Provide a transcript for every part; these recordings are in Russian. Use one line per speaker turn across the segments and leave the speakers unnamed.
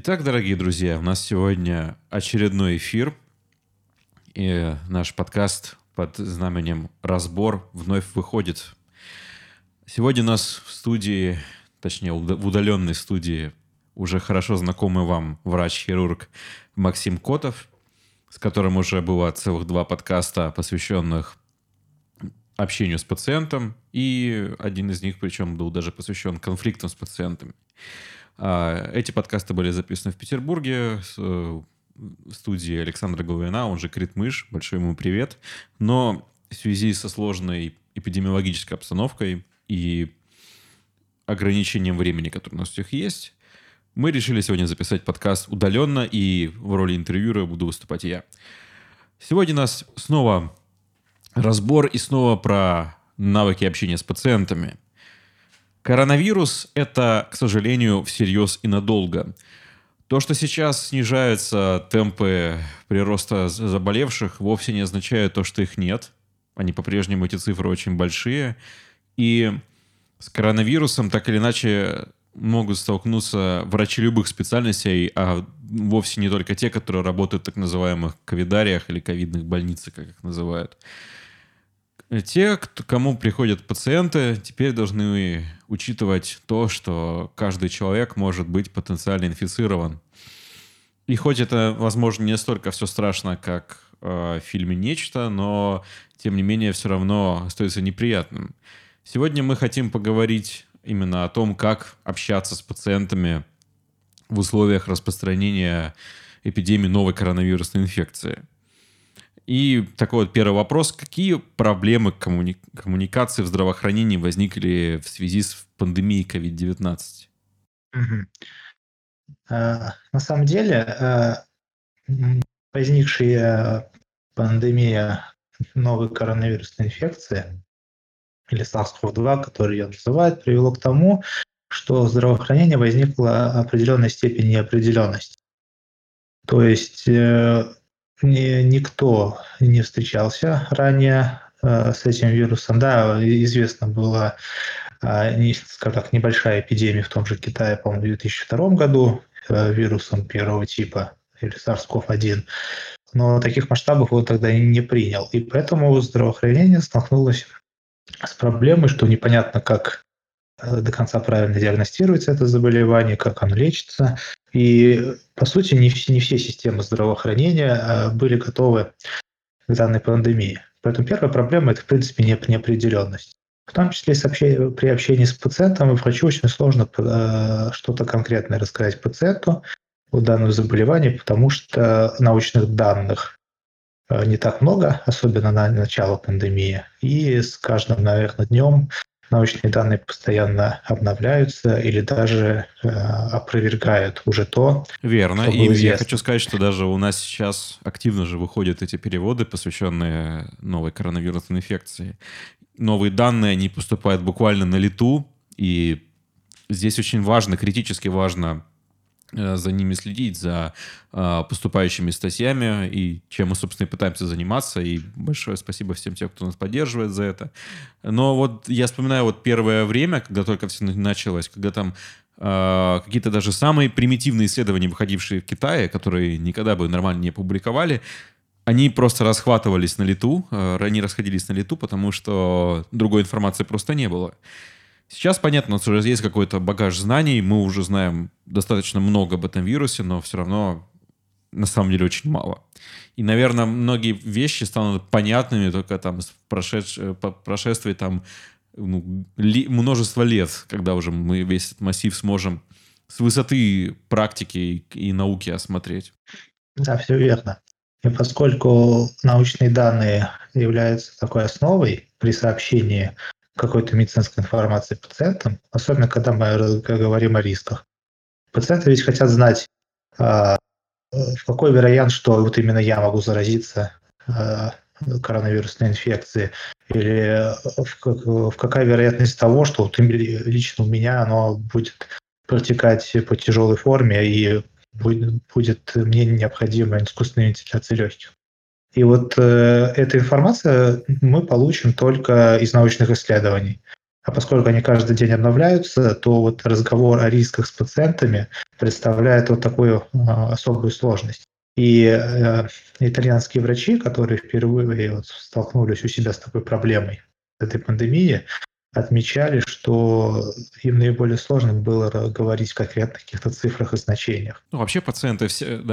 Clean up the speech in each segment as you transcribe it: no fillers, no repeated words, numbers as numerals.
Итак, дорогие друзья, у нас сегодня очередной эфир, и наш подкаст под знаменем «Разбор» вновь выходит. Сегодня у нас в студии, точнее, в удаленной студии, уже хорошо знакомый вам врач-хирург Максим Котов, с которым уже было целых 2 подкаста, посвященных общению с пациентом, и один из них, причем, был даже посвящен конфликтам с пациентами. Эти подкасты были записаны в Петербурге, в студии Александра Головина, он же Критмыш, большой ему привет. Но в связи со сложной эпидемиологической обстановкой и ограничением времени, которое у нас у всех есть, мы решили сегодня записать подкаст удаленно, и в роли интервьюера буду выступать я. Сегодня у нас снова разбор и снова про навыки общения с пациентами. Коронавирус – это, к сожалению, всерьез и надолго. То, что сейчас снижаются темпы прироста заболевших, вовсе не означает то, что их нет. Они по-прежнему, эти цифры очень большие. И с коронавирусом так или иначе могут столкнуться врачи любых специальностей, а вовсе не только те, которые работают в так называемых ковидариях или ковидных больницах, как их называют. Те, кому приходят пациенты, теперь должны учитывать то, что каждый человек может быть потенциально инфицирован. И хоть это, возможно, не настолько все страшно, как в фильме «Нечто», но, тем не менее, все равно остается неприятным. Сегодня мы хотим поговорить именно о том, как общаться с пациентами в условиях распространения эпидемии новой коронавирусной инфекции. И такой вот первый вопрос. Какие проблемы коммуникации в здравоохранении возникли в связи с пандемией COVID-19?
На самом деле, возникшая пандемия новой коронавирусной инфекции, или SARS-CoV-2, который ее называют, привело к тому, что в здравоохранении возникла определенная степень неопределенности. То есть никто не встречался ранее с этим вирусом. Да, известно было, скажем так, небольшая эпидемия в том же Китае, по-моему, в 2002 году вирусом первого типа, или SARS-CoV-1. Но таких масштабов он тогда не принял. И поэтому здравоохранение столкнулось с проблемой, что непонятно, как до конца правильно диагностируется это заболевание, как оно лечится. И, по сути, не все системы здравоохранения были готовы к данной пандемии. Поэтому первая проблема – это, в принципе, неопределенность. В том числе при общении с пациентом врачу очень сложно что-то конкретное рассказать пациенту о данном заболевании, потому что научных данных не так много, особенно на начало пандемии. И с каждым, наверное, днем научные данные постоянно обновляются или даже опровергают уже то,
Верно.
что было
И
известно.
я хочу сказать, что даже у нас сейчас активно же выходят эти переводы, посвященные новой коронавирусной инфекции. Новые данные, они поступают буквально на лету, и здесь очень важно, критически важно за ними следить, за поступающими статьями, и чем мы, собственно, и пытаемся заниматься. И большое спасибо всем тем, кто нас поддерживает за это. Но вот я вспоминаю вот первое время, когда только все началось, когда там какие-то даже самые примитивные исследования, выходившие в Китае, которые никогда бы нормально не публиковали, они просто расхватывались на лету, они расходились на лету, потому что другой информации просто не было. Сейчас, понятно, у нас уже есть какой-то багаж знаний, мы уже знаем достаточно много об этом вирусе, но все равно на самом деле очень мало. И, наверное, многие вещи станут понятными только там по прошествии там, множества лет, когда уже мы весь этот массив сможем с высоты практики и науки осмотреть.
Да, все верно. И поскольку научные данные являются такой основой при сообщении какой-то медицинской информации пациентам, особенно когда мы говорим о рисках. Пациенты ведь хотят знать, в какой вероятность, что вот именно я могу заразиться коронавирусной инфекцией, или в какая вероятность того, что вот лично у меня оно будет протекать по тяжелой форме и будет мне необходима искусственная вентиляция легких. И вот эта информация мы получим только из научных исследований. А поскольку они каждый день обновляются, то вот разговор о рисках с пациентами представляет вот такую особую сложность. И итальянские врачи, которые впервые вот столкнулись у себя с такой проблемой этой пандемии, отмечали, что им наиболее сложно было говорить в конкретных каких-то цифрах и значениях.
Ну, вообще пациенты,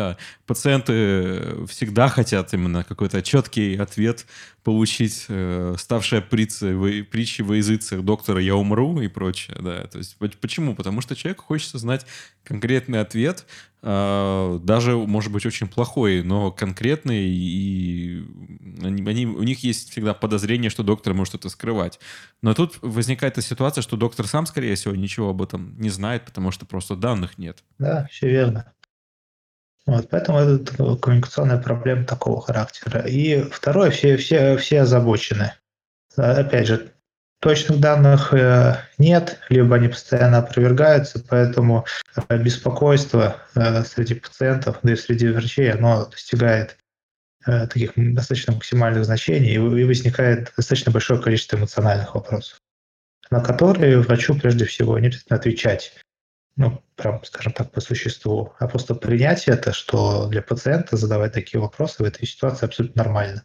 пациенты всегда хотят именно какой-то четкий ответ получить, ставшая притчей во языцах доктора «я умру» и прочее, да. То есть почему? Потому что человеку хочется знать конкретный ответ, даже, может быть, очень плохой, но конкретный, и у них есть всегда подозрение, что доктор может это скрывать. Но тут возникает эта ситуация, что доктор сам, скорее всего, ничего об этом не знает, потому что просто данных нет.
Да, все верно. Вот, поэтому это коммуникационная проблема такого характера. И второе, все озабочены. Опять же, точных данных нет, либо они постоянно опровергаются, поэтому беспокойство среди пациентов, да и среди врачей, оно достигает таких достаточно максимальных значений, и возникает достаточно большое количество эмоциональных вопросов, на которые врачу прежде всего не обязательно отвечать, ну, прям, скажем так, по существу, а просто принять это, что для пациента задавать такие вопросы в этой ситуации абсолютно нормально,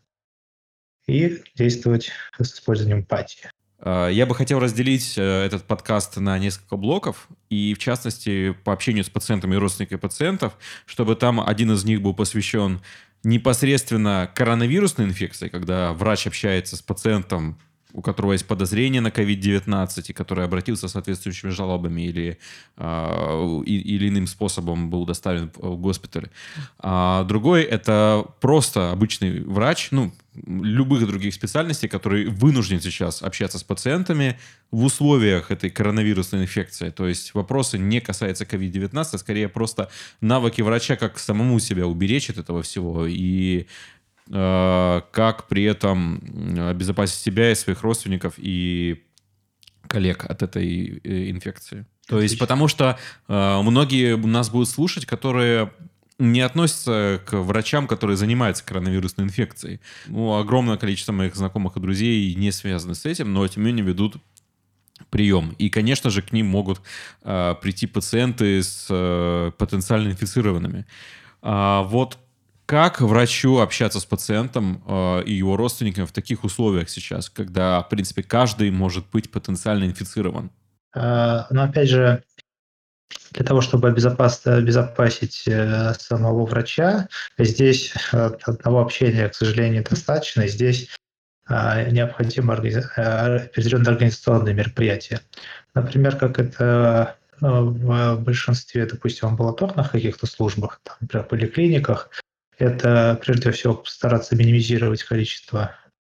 и действовать с использованием эмпатии.
Я бы хотел разделить этот подкаст на несколько блоков, и в частности по общению с пациентами и родственниками пациентов, чтобы там один из них был посвящен непосредственно коронавирусной инфекции, когда врач общается с пациентом, у которого есть подозрение на COVID-19, и который обратился с соответствующими жалобами или иным способом был доставлен в госпиталь. А другой — это просто обычный врач, ну, любых других специальностей, который вынужден сейчас общаться с пациентами в условиях этой коронавирусной инфекции. То есть вопросы не касаются COVID-19, а скорее просто навыки врача, как самому себя уберечь от этого всего и как при этом обезопасить себя и своих родственников и коллег от этой инфекции. То есть, потому что многие у нас будут слушать, которые не относятся к врачам, которые занимаются коронавирусной инфекцией. Ну, огромное количество моих знакомых и друзей не связаны с этим, но тем не менее ведут прием. И, конечно же, к ним могут прийти пациенты с потенциально инфицированными. Вот как врачу общаться с пациентом и его родственниками в таких условиях сейчас, когда, в принципе, каждый может быть потенциально инфицирован?
Но опять же, для того, чтобы обезопасить самого врача, здесь одного общения, к сожалению, недостаточно. Здесь необходимо определенные организационные мероприятия. Например, как это в большинстве, допустим, амбулаторных каких-то службах, там, например, поликлиниках, это прежде всего постараться минимизировать количество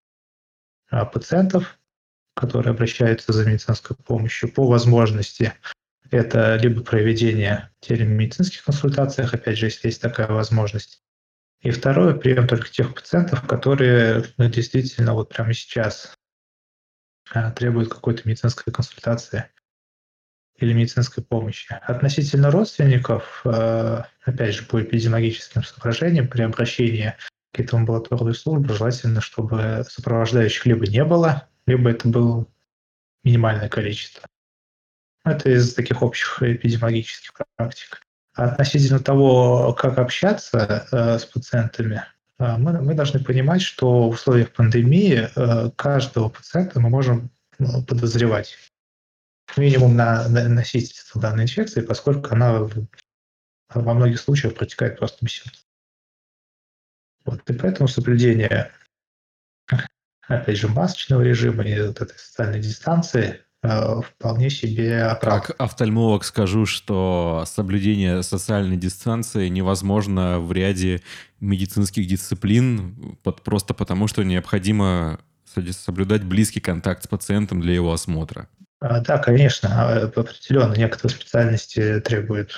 пациентов, которые обращаются за медицинской помощью, по возможности. Это либо проведение телемедицинских консультаций, опять же, если есть такая возможность. И второе, прием только тех пациентов, которые действительно вот прямо сейчас требуют какой-то медицинской консультации или медицинской помощи. Относительно родственников, опять же, по эпидемиологическим соображениям, при обращении к этому амбулаторной службе желательно, чтобы сопровождающих либо не было, либо это было минимальное количество. Это из таких общих эпидемиологических практик. А относительно того, как общаться с пациентами, мы должны понимать, что в условиях пандемии каждого пациента мы можем подозревать минимум на носительство данной инфекции, поскольку она во многих случаях протекает просто без симптомов. Вот. И поэтому соблюдение, опять же, масочного режима и вот этой социальной дистанции вполне себе оправдано.
Как офтальмолог скажу, что соблюдение социальной дистанции невозможно в ряде медицинских дисциплин, просто потому что необходимо соблюдать близкий контакт с пациентом для его осмотра.
Да, конечно, определенно некоторые специальности требуют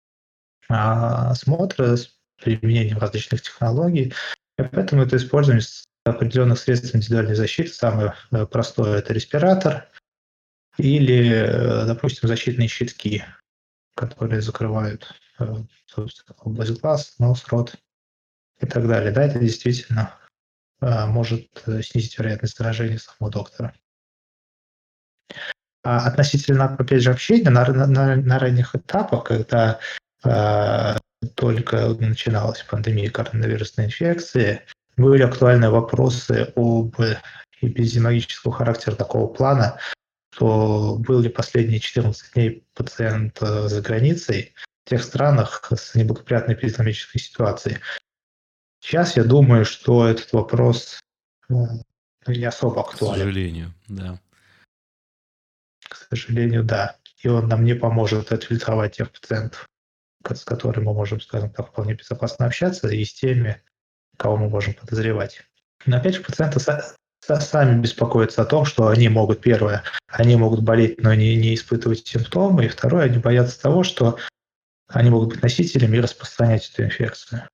осмотра с применением различных технологий, и поэтому это использование определенных средств индивидуальной защиты. Самое простое – это респиратор или, допустим, защитные щитки, которые закрывают, собственно, область глаз, нос, рот и так далее. Да, это действительно может снизить вероятность заражения самого доктора. относительно, опять же, общения на ранних этапах, когда только начиналась пандемия коронавирусной инфекции, были актуальны вопросы об эпидемиологического характера такого плана, что был ли последние 14 дней пациент за границей в тех странах с неблагоприятной эпидемиологической ситуацией. Сейчас я думаю, что этот вопрос не особо
К
актуален.
сожалению, да.
К сожалению, да. И он нам не поможет отфильтровать тех пациентов, с которыми мы можем, скажем так, вполне безопасно общаться, и с теми, кого мы можем подозревать. Но опять же, пациенты сами беспокоятся о том, что они могут, первое, они могут болеть, но не испытывать симптомы, и второе, они боятся того, что они могут быть носителями и распространять эту инфекцию.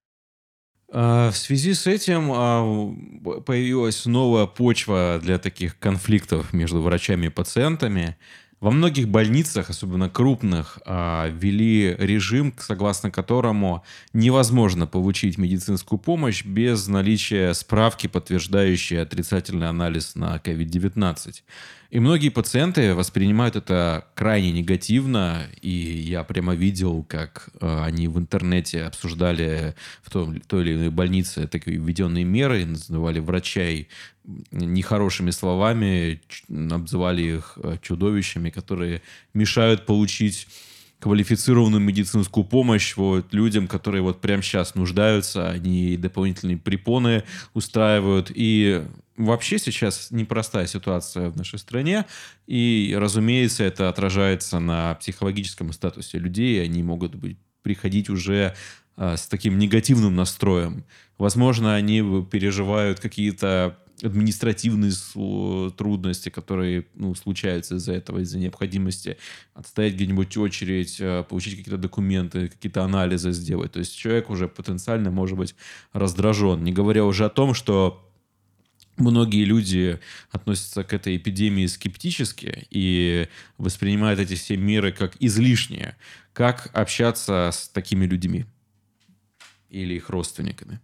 В связи с этим появилась новая почва для таких конфликтов между врачами и пациентами. Во многих больницах, особенно крупных, ввели режим, согласно которому невозможно получить медицинскую помощь без наличия справки, подтверждающей отрицательный анализ на COVID-19. И многие пациенты воспринимают это крайне негативно, и я прямо видел, как они в интернете обсуждали в той или иной больнице такие введенные меры, называли врачей нехорошими словами, обзывали их чудовищами, которые мешают получить квалифицированную медицинскую помощь людям, которые прямо сейчас нуждаются, они дополнительные препоны устраивают. И вообще сейчас непростая ситуация в нашей стране, и, разумеется, это отражается на психологическом статусе людей, они могут приходить уже с таким негативным настроем. Возможно, они переживают какие-то административные трудности, которые случаются из-за этого, из-за необходимости отстоять где-нибудь очередь, получить какие-то документы, какие-то анализы сделать. То есть человек уже потенциально может быть раздражен. Не говоря уже о том, что многие люди относятся к этой эпидемии скептически и воспринимают эти все меры как излишние. Как общаться с такими людьми или их родственниками?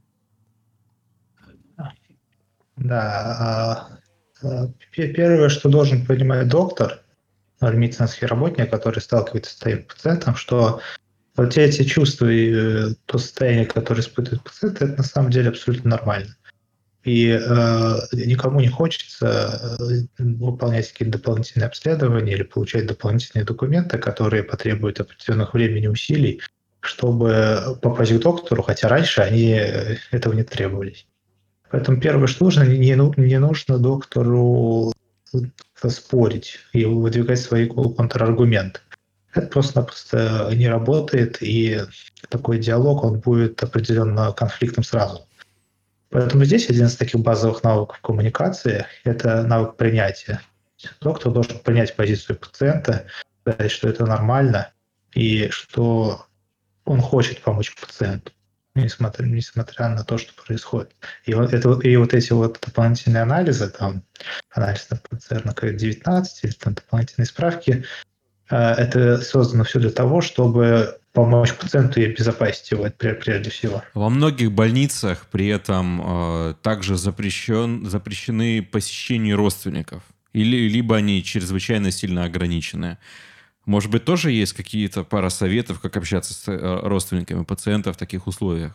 Да. Первое, что должен понимать доктор, медицинский работник, который сталкивается с таким пациентом, что вот эти чувства и то состояние, которое испытывает пациент, это на самом деле абсолютно нормально. И никому не хочется выполнять какие-то дополнительные обследования или получать дополнительные документы, которые потребуют определенных времени и усилий, чтобы попасть к доктору, хотя раньше они этого не требовались. Поэтому первое, что нужно, не нужно доктору спорить и выдвигать свои контраргументы. Это просто-напросто не работает, и такой диалог, он будет определенно конфликтом сразу. Поэтому здесь один из таких базовых навыков коммуникации – это навык принятия. Доктор должен принять позицию пациента, сказать, что это нормально, и что он хочет помочь пациенту, несмотря на то, что происходит. И вот эти дополнительные анализы, анализ на ПЦР на COVID-19 или дополнительные справки, это создано все для того, чтобы помочь пациенту и обезопасить его прежде всего.
Во многих больницах при этом также запрещены посещения родственников, либо они чрезвычайно сильно ограничены. Может быть, тоже есть какие-то пара советов, как общаться с родственниками пациента в таких условиях?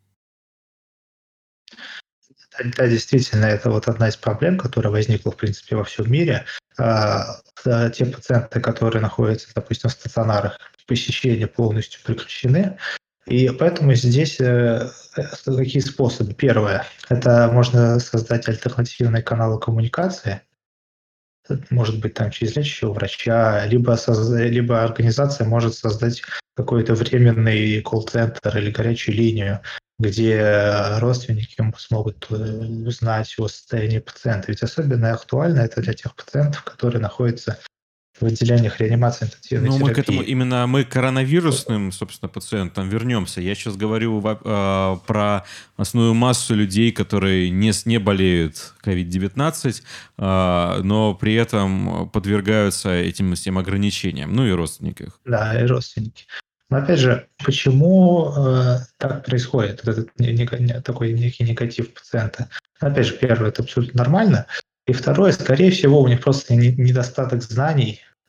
Да, действительно, это одна из проблем, которая возникла, в принципе, во всем мире. Те пациенты, которые находятся, допустим, в стационарах, посещения полностью прекращены. И поэтому здесь какие способы? Первое, это можно создать альтернативные каналы коммуникации. Это может быть через лечащего врача, либо организация может создать какой-то временный колл-центр или горячую линию, где родственники смогут узнать о состоянии пациента. Ведь особенно актуально это для тех пациентов, которые находятся в отделениях реанимации интенсивной
Ну,
терапии.
мы к коронавирусным, собственно, пациентам вернемся. Я сейчас говорю про основную массу людей, которые не болеют COVID-19, но при этом подвергаются этим всем ограничениям, ну и родственниках.
Да, и родственники. Но опять же, почему так происходит, этот такой некий негатив пациента? Опять же, первое, это абсолютно нормально. И второе, скорее всего, у них просто недостаток знаний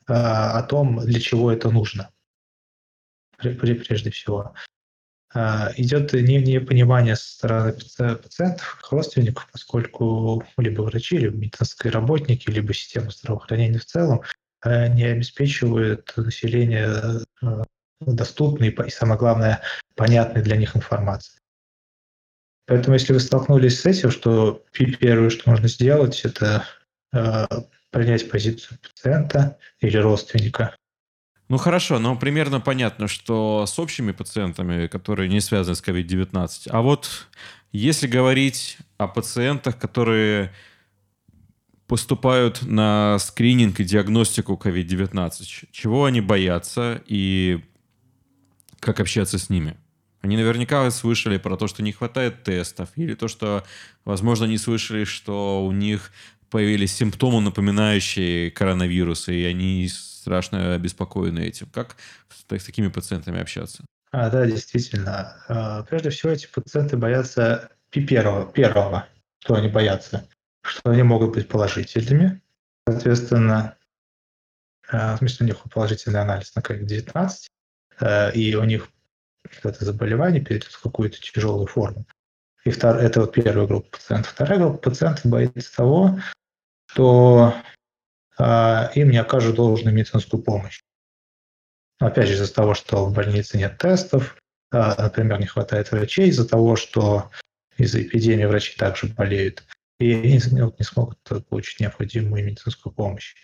о том, для чего это нужно, прежде всего. Идет непонимание со стороны пациентов, их родственников, поскольку либо врачи, либо медицинские работники, либо система здравоохранения в целом не обеспечивают население доступной и, самое главное, понятной для них информацией. Поэтому, если вы столкнулись с этим, что первое, что нужно сделать, это принять позицию пациента или родственника.
Ну хорошо, но примерно понятно, что с общими пациентами, которые не связаны с COVID-19. А вот если говорить о пациентах, которые поступают на скрининг и диагностику COVID-19, чего они боятся и как общаться с ними? Они наверняка слышали про то, что не хватает тестов, или то, что, возможно, не слышали, что у них появились симптомы, напоминающие коронавирус, и они страшно обеспокоены этим. Как с такими пациентами общаться?
Да, действительно. Прежде всего, эти пациенты боятся первого, что они боятся, что они могут быть положительными. Соответственно, в смысле, у них положительный анализ на COVID-19, и у них это заболевание перейдет в какую-то тяжелую форму. Это вот первая группа пациентов. Вторая группа пациентов боится того, что им не окажут должную медицинскую помощь. Опять же, из-за того, что в больнице нет тестов, например, не хватает врачей, из-за того, что из-за эпидемии врачи также болеют, и они не смогут получить необходимую медицинскую помощь.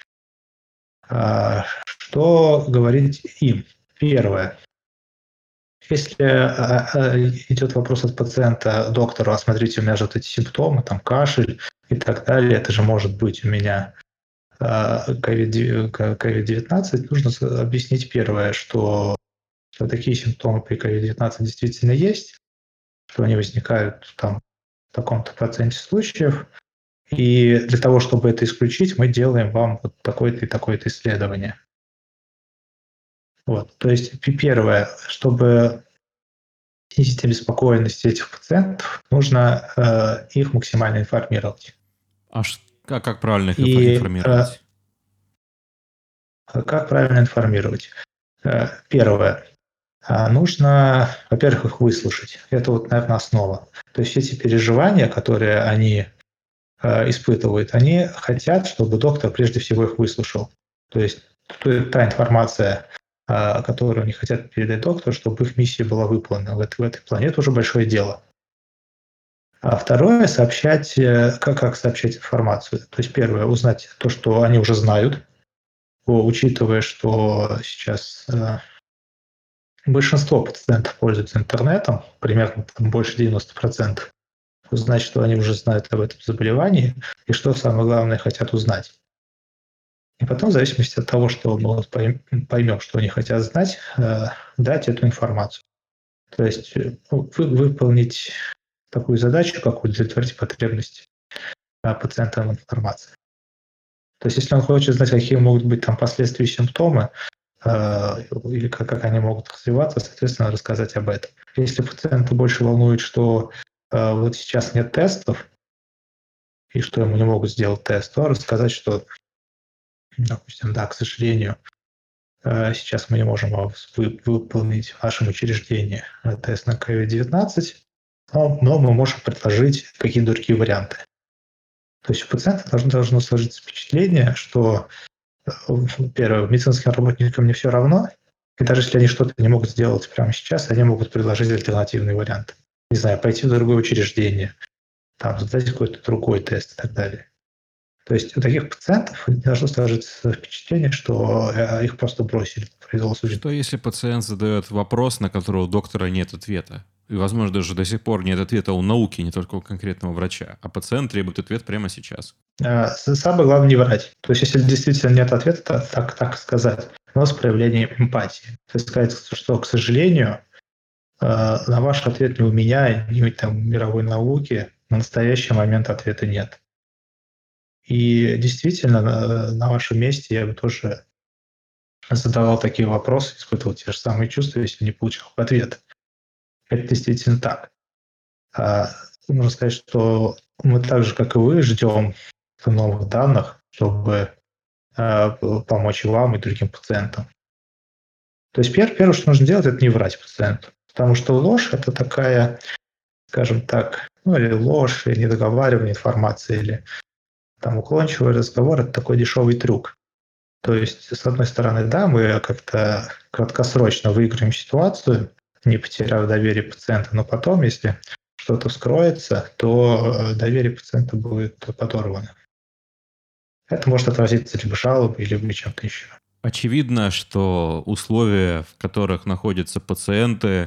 Что говорить им? Первое. Если идет вопрос от пациента доктору, смотрите, у меня же вот эти симптомы, там кашель и так далее, это же может быть у меня COVID-19, нужно объяснить первое, что такие симптомы при COVID-19 действительно есть, что они возникают там в таком-то проценте случаев, и для того, чтобы это исключить, мы делаем вам вот такое-то и такое-то исследование. Вот. То есть первое, чтобы снизить обеспокоенность этих пациентов, нужно их максимально информировать.
Как правильно их информировать?
Как правильно информировать? Первое. Нужно, во-первых, их выслушать. Это вот, наверное, основа. То есть эти переживания, которые они испытывают, они хотят, чтобы доктор прежде всего их выслушал. То есть та информация, которую они хотят передать доктору, чтобы их миссия была выполнена в этой плане. Это уже большое дело. А второе – сообщать, как сообщать информацию. То есть первое – узнать то, что они уже знают, учитывая, что сейчас большинство пациентов пользуются интернетом, примерно больше 90%, узнать, что они уже знают об этом заболевании и что, самое главное, хотят узнать. И потом, в зависимости от того, что мы поймем, что они хотят знать, дать эту информацию. То есть выполнить такую задачу, как удовлетворить потребности пациента в информации. То есть если он хочет знать, какие могут быть там последствия и симптомы, или как они могут развиваться, соответственно, рассказать об этом. Если пациента больше волнует, что вот сейчас нет тестов, и что ему не могут сделать тест, то рассказать, что, допустим, да, к сожалению, сейчас мы не можем выполнить в нашем учреждении тест на COVID-19, но мы можем предложить какие-то другие варианты. То есть у пациента должно сложиться впечатление, что, первое, медицинским работникам не все равно, и даже если они что-то не могут сделать прямо сейчас, они могут предложить альтернативный вариант. Не знаю, пойти в другое учреждение, там, сдать какой-то другой тест и так далее. То есть у таких пациентов должно сложиться впечатление, что их просто бросили.
Что если пациент задает вопрос, на который у доктора нет ответа? И, возможно, даже до сих пор нет ответа у науки, не только у конкретного врача, а пациент требует ответ прямо сейчас?
Самое главное не врать. То есть если действительно нет ответа, так сказать, но с проявлением эмпатии. То есть сказать, что, к сожалению, на ваш ответ ни у меня, ни там, в мировой науке на настоящий момент ответа нет. И действительно, на вашем месте я бы тоже задавал такие вопросы, испытывал те же самые чувства, если не получал ответа. Это действительно так. Можно сказать, что мы так же, как и вы, ждем новых данных, чтобы помочь и вам, и другим пациентам. То есть первое, что нужно делать, это не врать пациенту. Потому что ложь – это такая, скажем так, ну или ложь, или недоговаривание информации, или там уклончивый разговор – это такой дешевый трюк. То есть, с одной стороны, да, мы как-то краткосрочно выиграем ситуацию, не потеряв доверие пациента, но потом, если что-то вскроется, то доверие пациента будет подорвано. Это может отразиться либо жалобой, либо чем-то еще.
Очевидно, что условия, в которых находятся пациенты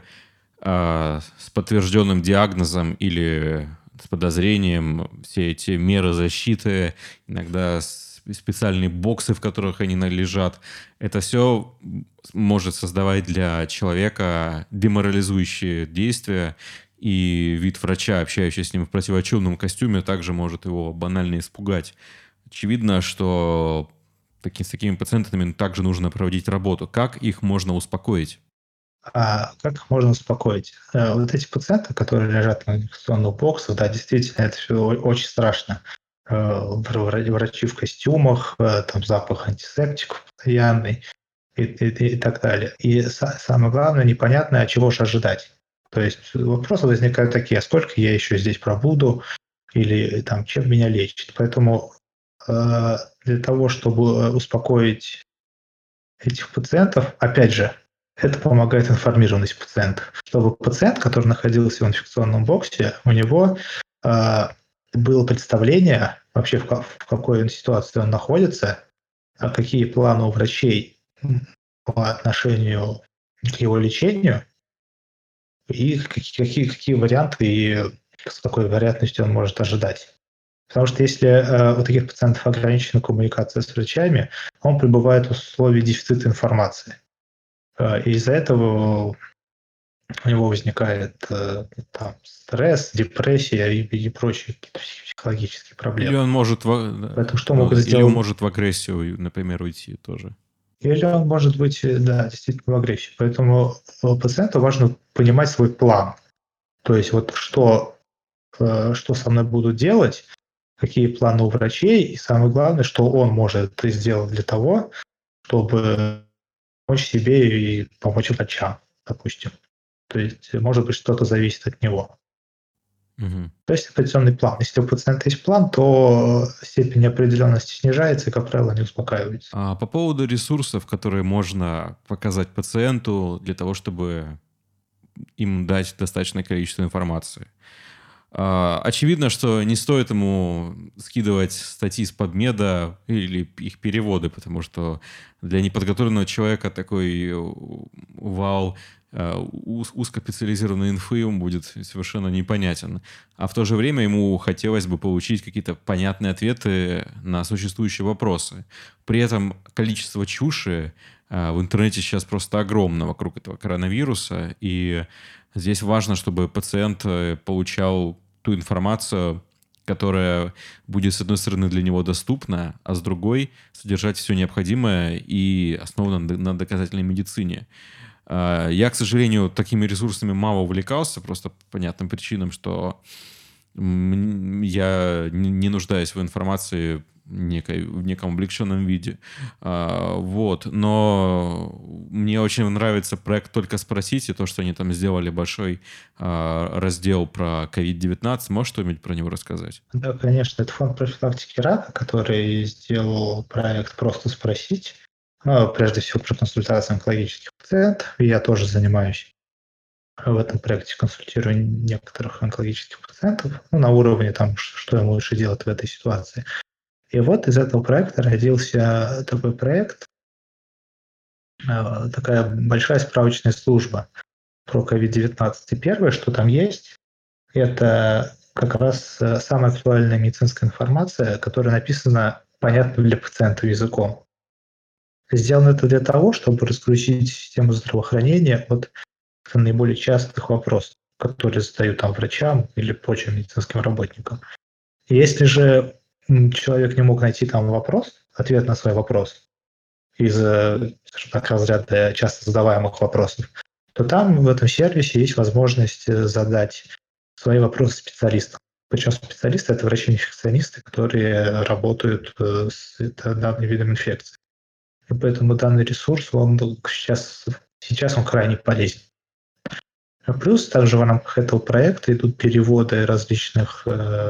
с подтвержденным диагнозом или с подозрением, все эти меры защиты, иногда специальные боксы, в которых они лежат, это все может создавать для человека деморализующие действия, и вид врача, общающийся с ним в противочумном костюме, также может его банально испугать. Очевидно, что с такими пациентами также нужно проводить работу. Как их можно успокоить?
Как их можно успокоить? Вот эти пациенты, которые лежат на инфекционных боксах, да, действительно, это все очень страшно. Врачи в костюмах, там запах антисептиков постоянный и так далее. И самое главное, непонятно, чего же ожидать. То есть вопросы возникают такие: а сколько я еще здесь пробуду, или там, чем меня лечат. Поэтому для того, чтобы успокоить этих пациентов, опять же, это помогает информированность пациента. Чтобы пациент, который находился в инфекционном боксе, у него было представление вообще, в какой ситуации он находится, какие планы у врачей по отношению к его лечению, и какие варианты и с какой вероятностью он может ожидать. Потому что если у таких пациентов ограничена коммуникация с врачами, он пребывает в условии дефицита информации. И из-за этого у него возникает там, стресс, депрессия и прочие какие-то психологические проблемы.
Или он может,
Поэтому что могут
или он
сделать?
может в агрессию, например, уйти тоже.
Или он может быть, да, действительно в агрессии. Поэтому пациенту важно понимать свой план. То есть вот что со мной будут делать, какие планы у врачей, и самое главное, что он может сделать для того, чтобы помочь себе и помочь врачам, допустим. То есть, может быть, что-то зависит от него.
Угу.
То есть определенный план. Если у пациента есть план, то степень неопределенности снижается, и, как правило, они успокаиваются.
А по поводу ресурсов, которые можно показать пациенту для того, чтобы им дать достаточное количество информации. Очевидно, что не стоит ему скидывать статьи с PubMed или их переводы, потому что для неподготовленного человека такой вал узкоспециализированной инфы ему будет совершенно непонятен. А в то же время ему хотелось бы получить какие-то понятные ответы на существующие вопросы. При этом количество чуши в интернете сейчас просто огромно вокруг этого коронавируса, и здесь важно, чтобы пациент получал ту информацию, которая будет, с одной стороны, для него доступна, а с другой содержать все необходимое и основано на доказательной медицине. Я, к сожалению, такими ресурсами мало увлекался, просто по понятным причинам, что я не нуждаюсь в информации в неком облегченном виде. Вот. Но мне очень нравится проект «Только спросите», то, что они там сделали большой раздел про COVID-19. Можешь что-нибудь про него рассказать?
Да, конечно. Это фонд профилактики рака, который сделал проект «Просто спросить». Ну, прежде всего, про консультации онкологических пациентов. И я тоже занимаюсь в этом проекте, консультирую некоторых онкологических пациентов, ну, на уровне там, что им лучше делать в этой ситуации. И вот из этого проекта родился такой проект, такая большая справочная служба про COVID-19. И первое, что там есть, это как раз самая актуальная медицинская информация, которая написана понятным для пациента языком. Сделано это для того, чтобы разгрузить систему здравоохранения от наиболее частых вопросов, которые задают там врачам или прочим медицинским работникам. И если же человек не мог найти там ответ на свой вопрос из, скажем так, разряда часто задаваемых вопросов, то там в этом сервисе есть возможность задать свои вопросы специалистам. Причем специалисты – это врачи-инфекционисты, которые работают с данным видом инфекции. И поэтому данный ресурс, сейчас он крайне полезен. Плюс также в рамках этого проекта идут переводы различных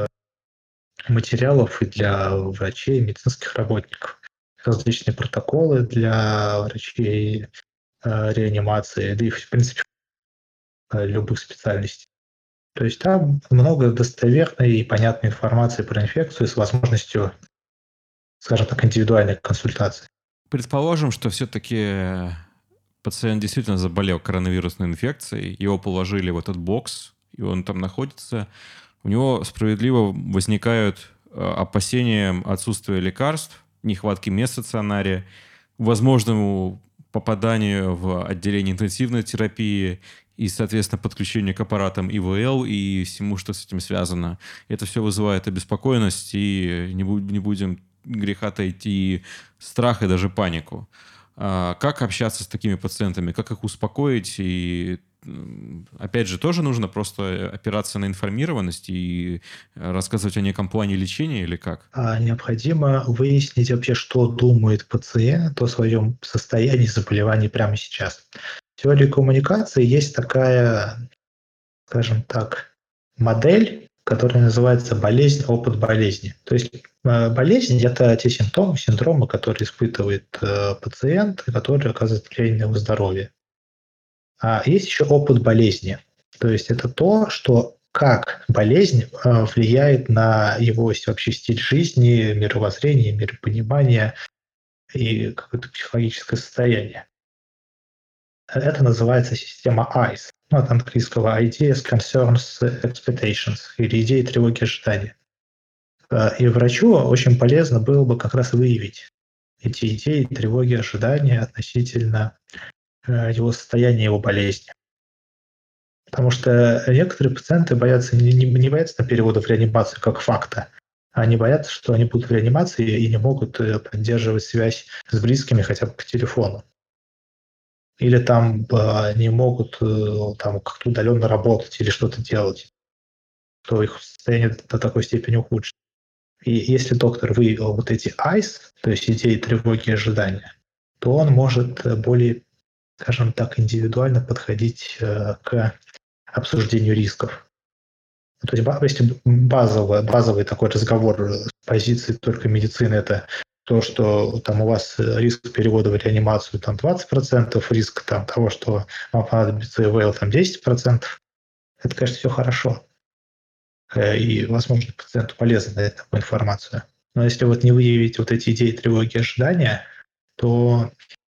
материалов и для врачей, и медицинских работников, различные протоколы для врачей реанимации, да и, в принципе, любых специальностей. То есть там много достоверной и понятной информации про инфекцию с возможностью, скажем так, индивидуальной консультации.
Предположим, что все-таки пациент действительно заболел коронавирусной инфекцией, его положили в этот бокс, и он там находится. У него справедливо возникают опасения отсутствия лекарств, нехватки мест в стационаре, возможному попаданию в отделение интенсивной терапии и, соответственно, подключение к аппаратам ИВЛ и всему, что с этим связано. Это все вызывает обеспокоенность, и не будем греха таить, и страх, и даже панику. Как общаться с такими пациентами, как их успокоить? И, опять же, тоже нужно просто опираться на информированность и рассказывать о неком плане лечения или как?
Необходимо выяснить вообще, что думает пациент о своем состоянии заболевания прямо сейчас. В теории коммуникации есть такая, скажем так, модель, которая называется болезнь, опыт болезни. То есть болезнь – это те симптомы, синдромы, которые испытывает пациент, которые оказывают влияние на его здоровье. А есть еще опыт болезни. То есть это то, что как болезнь влияет на его вообще стиль жизни, мировоззрение, миропонимание и какое-то психологическое состояние. Это называется система ICE, от английского Ideas, Concerns, Expectations, или идеи, тревоги, ожидания. И врачу очень полезно было бы как раз выявить эти идеи, тревоги, ожидания относительно его состояния, его болезни. Потому что некоторые пациенты боятся, не боятся перевода в реанимацию как факта, а они боятся, что они будут в реанимации и не могут поддерживать связь с близкими хотя бы по телефону. Или там не могут там как-то удаленно работать или что-то делать, то их состояние до такой степени ухудшится. И если доктор выявил вот эти ICE, то есть идеи, тревоги и ожидания, то он может более, скажем так, индивидуально подходить к обсуждению рисков. То есть если базовый такой разговор с позиции только медицины – это то, что там у вас риск перевода в реанимацию там 20%, риск там, того, что вам понадобится ИВЛ там 10%, это, конечно, все хорошо. И, возможно, пациенту полезно дать такую информацию. Но если вот не выявить вот эти идеи, тревоги, ожидания, то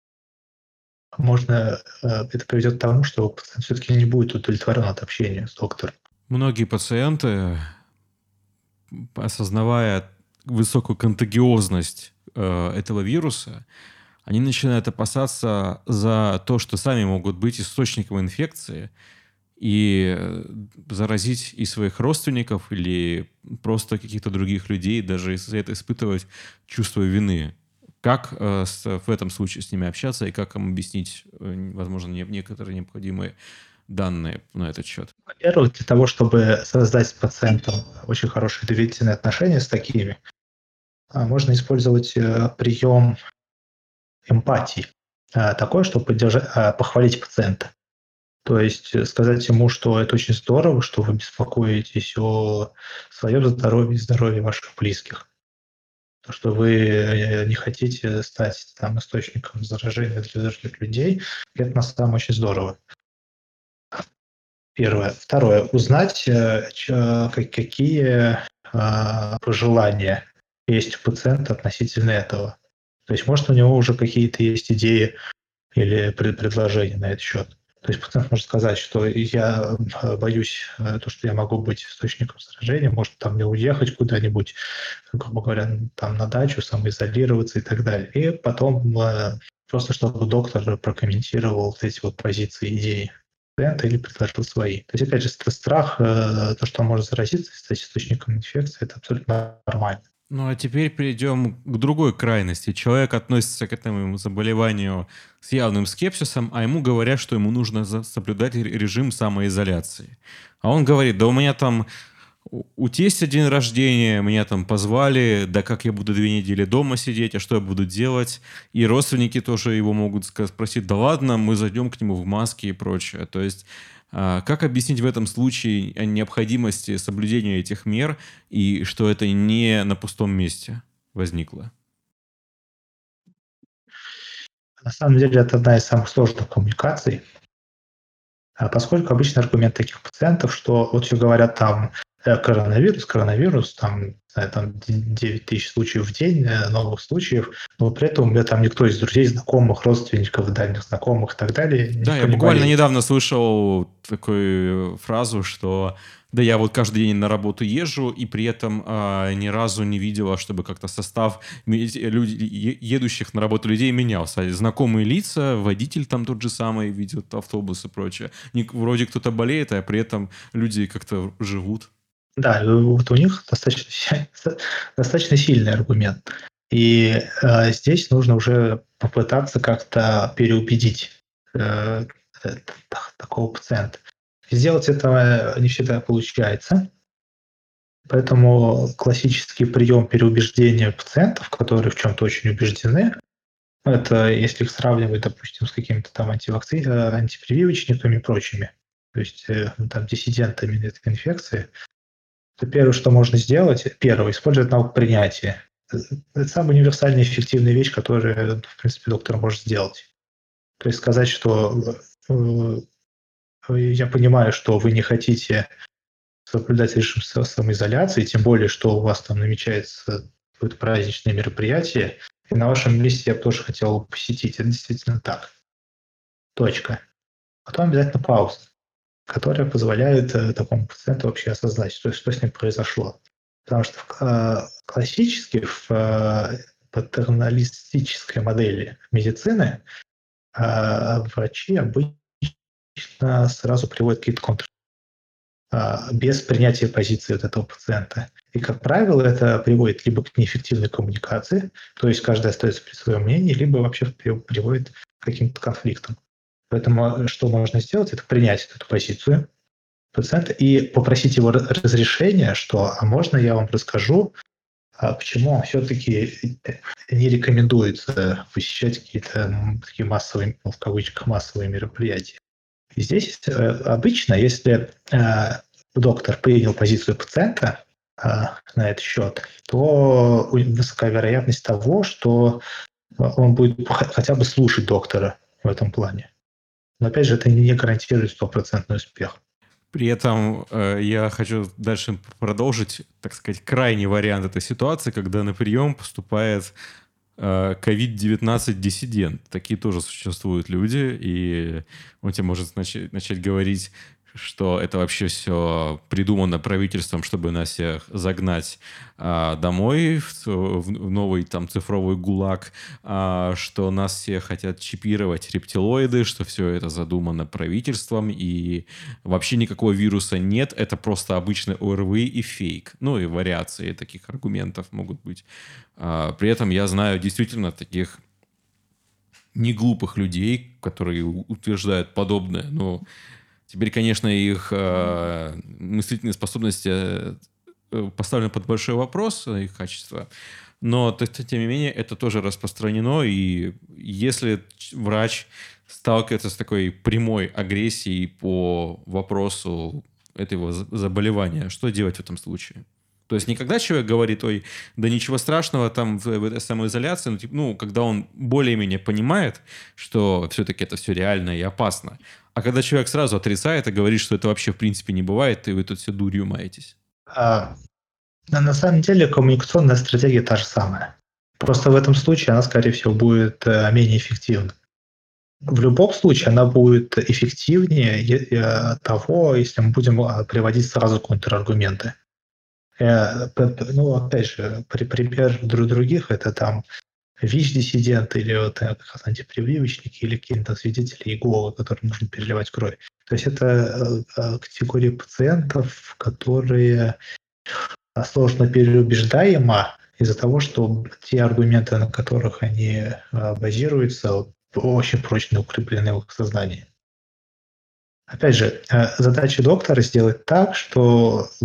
это приведет к тому, что пациент все-таки не будет удовлетворен от общения с доктором.
Многие пациенты, осознавая высокую контагиозность этого вируса, они начинают опасаться за то, что сами могут быть источником инфекции и заразить и своих родственников, или просто каких-то других людей, даже из-за этого испытывать чувство вины. Как в этом случае с ними общаться и как им объяснить, возможно, некоторые необходимые данные на этот счет?
Во-первых, для того, чтобы создать с пациентом очень хорошие доверительные отношения с такими, можно использовать прием эмпатии, такой, чтобы похвалить пациента. То есть сказать ему, что это очень здорово, что вы беспокоитесь о своем здоровье и здоровье ваших близких. То, что вы не хотите стать там источником заражения для других людей, это на самом деле очень здорово. Первое. Второе. Узнать, какие пожелания есть у пациента относительно этого. То есть, может, у него уже какие-то есть идеи или предложения на этот счет. То есть пациент может сказать, что я боюсь, то, что я могу быть источником заражения, может там не уехать куда-нибудь, грубо говоря, там на дачу, самоизолироваться и так далее. И потом просто чтобы доктор прокомментировал вот эти вот позиции, идеи пациента или предложил свои. То есть, опять же, страх, то, что он может заразиться и стать источником инфекции, это абсолютно нормально.
Ну, а теперь перейдем к другой крайности. Человек относится к этому заболеванию с явным скепсисом, а ему говорят, что ему нужно соблюдать режим самоизоляции. А он говорит, да у меня там у тестя день рождения, меня там позвали, да как я буду 2 недели дома сидеть, а что я буду делать? И родственники тоже его могут спросить, да ладно, мы зайдем к нему в маске и прочее. То есть как объяснить в этом случае о необходимости соблюдения этих мер и что это не на пустом месте возникло?
На самом деле это одна из самых сложных коммуникаций, поскольку обычный аргумент таких пациентов, что вот все говорят там коронавирус, там, не знаю, там 9 тысяч случаев в день, новых случаев, но при этом у меня там никто из друзей, знакомых, родственников, дальних знакомых и так далее,
Да, я
никто не
буквально
болеет.
недавно слышал такую фразу, что да я вот каждый день на работу езжу, и при этом ни разу не видела, чтобы как-то состав едущих на работу людей менялся. Знакомые лица, водитель там тот же самый ведет автобус и прочее. Вроде кто-то болеет, а при этом люди как-то живут.
Да, вот у них достаточно сильный аргумент. И здесь нужно уже попытаться как-то переубедить э, такого пациента. Сделать это не всегда получается, поэтому классический прием переубеждения пациентов, которые в чем-то очень убеждены, это если их сравнивать, допустим, с какими-то там антипрививочниками и прочими, то есть там диссидентами этой инфекции, то первое, что можно сделать, первое, использовать навык принятия. Это самая универсальная эффективная вещь, которую, в принципе, доктор может сделать. То есть сказать, что я понимаю, что вы не хотите соблюдать режим самоизоляции, тем более, что у вас там намечается какое-то праздничное мероприятие, и на вашем месте я бы тоже хотел бы посетить. Это действительно так. Точка. Потом обязательно пауза, которая позволяет такому пациенту вообще осознать, что с ним произошло. Потому что классически в патерналистической модели медицины врачи обычно сразу приводят какие-то без принятия позиции от этого пациента. И, как правило, это приводит либо к неэффективной коммуникации, то есть каждый остается при своем мнении, либо вообще приводит к каким-то конфликтам. Поэтому что можно сделать, это принять эту позицию пациента и попросить его разрешения, что «а можно я вам расскажу, почему все-таки не рекомендуется посещать какие-то такие массовые, в кавычках, массовые мероприятия». И здесь обычно, если доктор принял позицию пациента на этот счет, то высока вероятность того, что он будет хотя бы слушать доктора в этом плане. Но опять же, это не гарантирует стопроцентный успех.
При этом я хочу дальше продолжить, так сказать, крайний вариант этой ситуации, когда на прием поступает COVID-19 диссидент. Такие тоже существуют люди, и он тебе может начать говорить, что это вообще все придумано правительством, чтобы нас всех загнать домой в новый там цифровой ГУЛАГ, что нас всех хотят чипировать рептилоиды, что все это задумано правительством, и вообще никакого вируса нет, это просто обычный ОРВИ и фейк. Ну и вариации таких аргументов могут быть. При этом я знаю действительно таких неглупых людей, которые утверждают подобное, но теперь, конечно, их мыслительные способности поставлены под большой вопрос, их качество. Но, тем не менее, это тоже распространено. И если врач сталкивается с такой прямой агрессией по вопросу этого заболевания, что делать в этом случае? То есть не когда человек говорит, ой, да ничего страшного, там в этой самоизоляции, когда он более-менее понимает, что все-таки это все реально и опасно. А когда человек сразу отрицает и говорит, что это вообще в принципе не бывает, и вы тут все дурью маетесь.
На самом деле коммуникационная стратегия та же самая. Просто в этом случае она, скорее всего, будет менее эффективна. В любом случае она будет эффективнее того, если мы будем приводить сразу контраргументы. Опять же, пример других, это там ВИЧ-диссиденты или вот как раз антипрививочники или какие-то свидетели Иеговы, которым нужно переливать кровь. То есть это категория пациентов, которые сложно переубеждаема из-за того, что те аргументы, на которых они базируются, очень прочно укреплены в их сознании. Опять же, задача доктора сделать так, что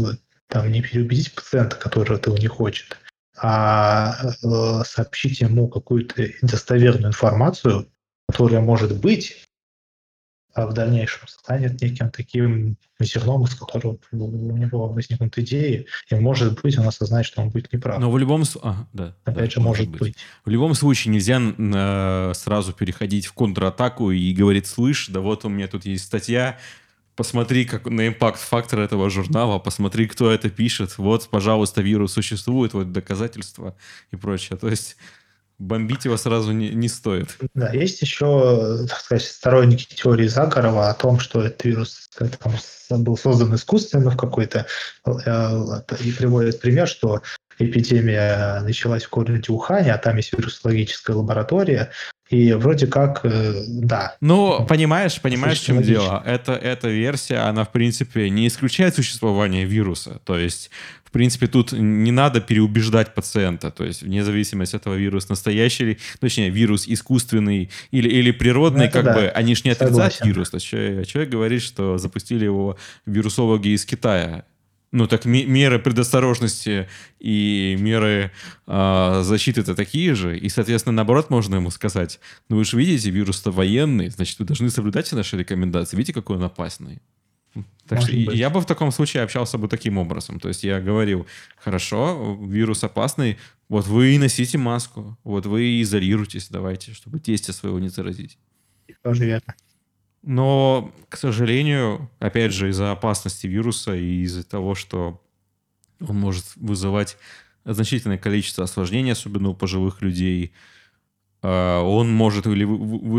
там, не переубедить пациента, который этого не хочет, а сообщить ему какую-то достоверную информацию, которая может быть, а в дальнейшем станет неким таким зерном, из которого у него возникнут идеи, и, может быть, он осознает, что он будет неправ.
Но в любом случае... да,
Опять же,
может
может
быть.
быть.
В любом случае нельзя сразу переходить в контратаку и говорить: слышь, да вот у меня тут есть статья, посмотри как на импакт-фактор этого журнала, посмотри, кто это пишет, вот, пожалуйста, вирус существует, вот доказательства и прочее. То есть бомбить его сразу не стоит.
Да, есть еще, так сказать, сторонники теории заговора о том, что этот вирус был создан искусственно в какой-то... И приводят пример, что эпидемия началась в городе Ухане, а там есть вирусологическая лаборатория, и вроде как, да.
Ну, понимаешь, в чем
логично.
дело? Эта версия, она, в принципе, не исключает существование вируса. То есть, в принципе, тут не надо переубеждать пациента. То есть, вне зависимости от этого, вирус настоящий, точнее, вирус искусственный или природный,
Это да,
они ж не отрицают
согласен.
вирус. То есть, человек говорит, что запустили его вирусологи из Китая. Ну, так меры предосторожности и меры защиты-то такие же. И, соответственно, наоборот, можно ему сказать: ну, вы же видите, вирус-то военный, значит, вы должны соблюдать все наши рекомендации. Видите, какой он опасный? Так что я бы в таком случае общался бы таким образом. То есть я говорил: хорошо, вирус опасный, вот вы и носите маску, вот вы и изолируйтесь, давайте, чтобы тестя своего не заразить.
Тоже верно.
Но, к сожалению, опять же, из-за опасности вируса и из-за того, что он может вызывать значительное количество осложнений, особенно у пожилых людей, он может или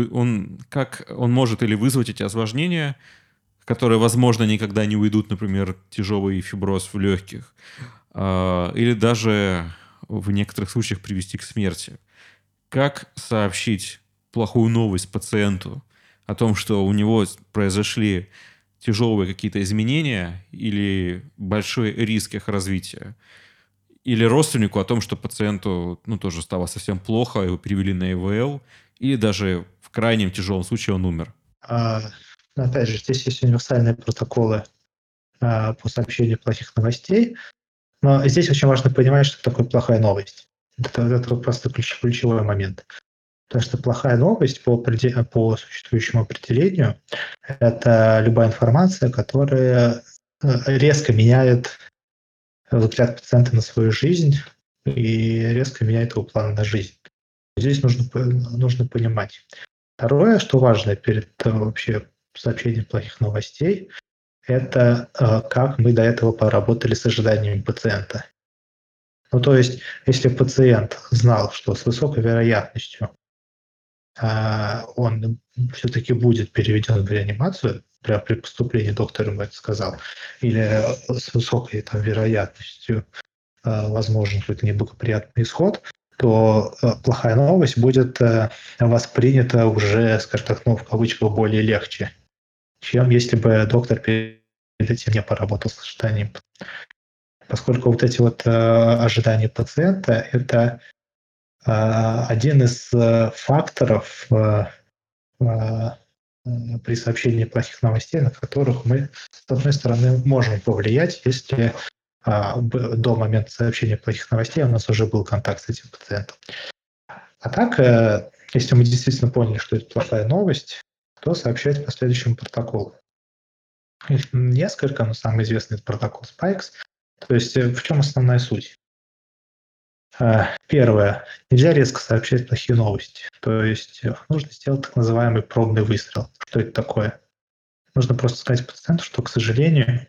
вызвать эти осложнения, которые, возможно, никогда не уйдут, например, тяжелый фиброз в легких, или даже в некоторых случаях привести к смерти. Как сообщить плохую новость пациенту о том, что у него произошли тяжелые какие-то изменения или большой риск их развития? Или родственнику о том, что пациенту тоже стало совсем плохо, его перевели на ИВЛ, или даже в крайнем тяжелом случае он умер?
Опять же, здесь есть универсальные протоколы по сообщению плохих новостей, но здесь очень важно понимать, что такое плохая новость. Это просто ключевой момент. Потому что плохая новость по существующему определению – это любая информация, которая резко меняет взгляд пациента на свою жизнь и резко меняет его планы на жизнь. Здесь нужно понимать. Второе, что важно перед вообще сообщением плохих новостей, это как мы до этого поработали с ожиданиями пациента. Ну, то есть, если пациент знал, что с высокой вероятностью он все-таки будет переведен в реанимацию, при поступлении доктор ему это сказал, или с высокой вероятностью возможен какой-то неблагоприятный исход, то плохая новость будет воспринята уже, скажем так, в кавычках, более легче, чем если бы доктор перед этим не поработал с ожиданием. Поскольку вот эти ожидания пациента – это один из факторов при сообщении плохих новостей, на которых мы, с одной стороны, можем повлиять, если до момента сообщения плохих новостей у нас уже был контакт с этим пациентом. А так, если мы действительно поняли, что это плохая новость, то сообщать по следующему протоколу. Их несколько, но самый известный это протокол Spikes. То есть в чем основная суть? Первое. Нельзя резко сообщать плохие новости. То есть нужно сделать так называемый пробный выстрел. Что это такое? Нужно просто сказать пациенту, что, к сожалению,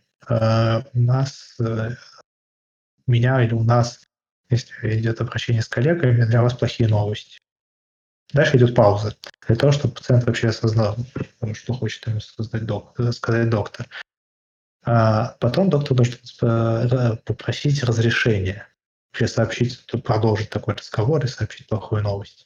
меня или у нас, если идет обращение с коллегами, для вас плохие новости. Дальше идет пауза для того, чтобы пациент вообще осознал, что хочет ему сказать доктор. Потом доктор должен попросить разрешения вообще сообщить, продолжить такой разговор и сообщить плохую новость.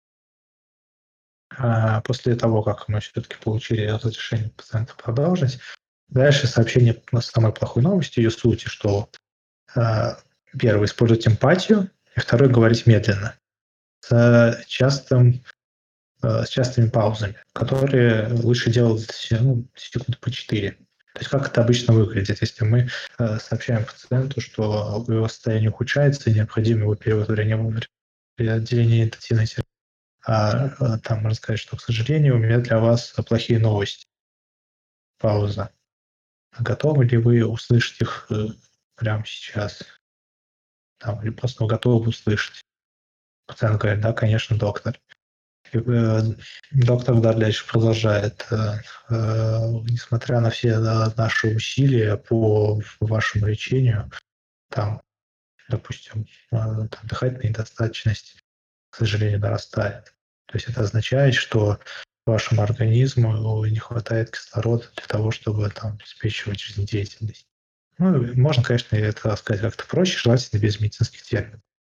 После того, как мы все-таки получили разрешение пациента продолжить, дальше сообщение самой плохой новости, ее сути, что первый, использовать эмпатию, и второй, говорить медленно, с частыми паузами, которые лучше делать секунд по 4. То есть как это обычно выглядит, если мы сообщаем пациенту, что его состояние ухудшается и необходимо его перевод в отделение интенсивной терапии, там можно сказать, что, к сожалению, у меня для вас плохие новости. Пауза. Готовы ли вы услышать их прямо сейчас? Или просто готовы услышать? Пациент говорит, да, конечно, доктор. И, доктор дальше продолжает. Несмотря на все наши усилия по вашему лечению, допустим, дыхательная недостаточность, к сожалению, нарастает. То есть это означает, что вашему организму не хватает кислорода для того, чтобы обеспечивать жизнедеятельность. Можно, конечно, это сказать как-то проще, желательно без медицинских терминов.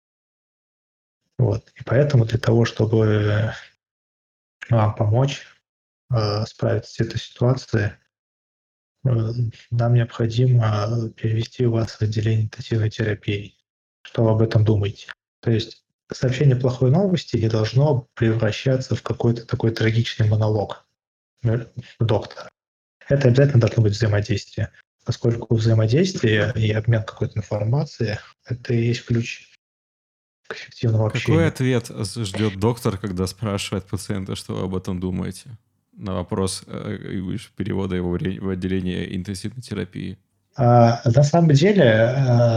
И поэтому для того, чтобы вам помочь справиться с этой ситуацией, нам необходимо перевести вас в отделение интенсивной терапии. Что вы об этом думаете? То есть сообщение плохой новости не должно превращаться в какой-то такой трагичный монолог доктора. Это обязательно должно быть взаимодействие, поскольку взаимодействие и обмен какой-то информацией – это и есть ключ к эффективному общению.
Какой ответ ждет доктор, когда спрашивает пациента, что вы об этом думаете? На вопрос перевода его в отделение интенсивной терапии.
На самом деле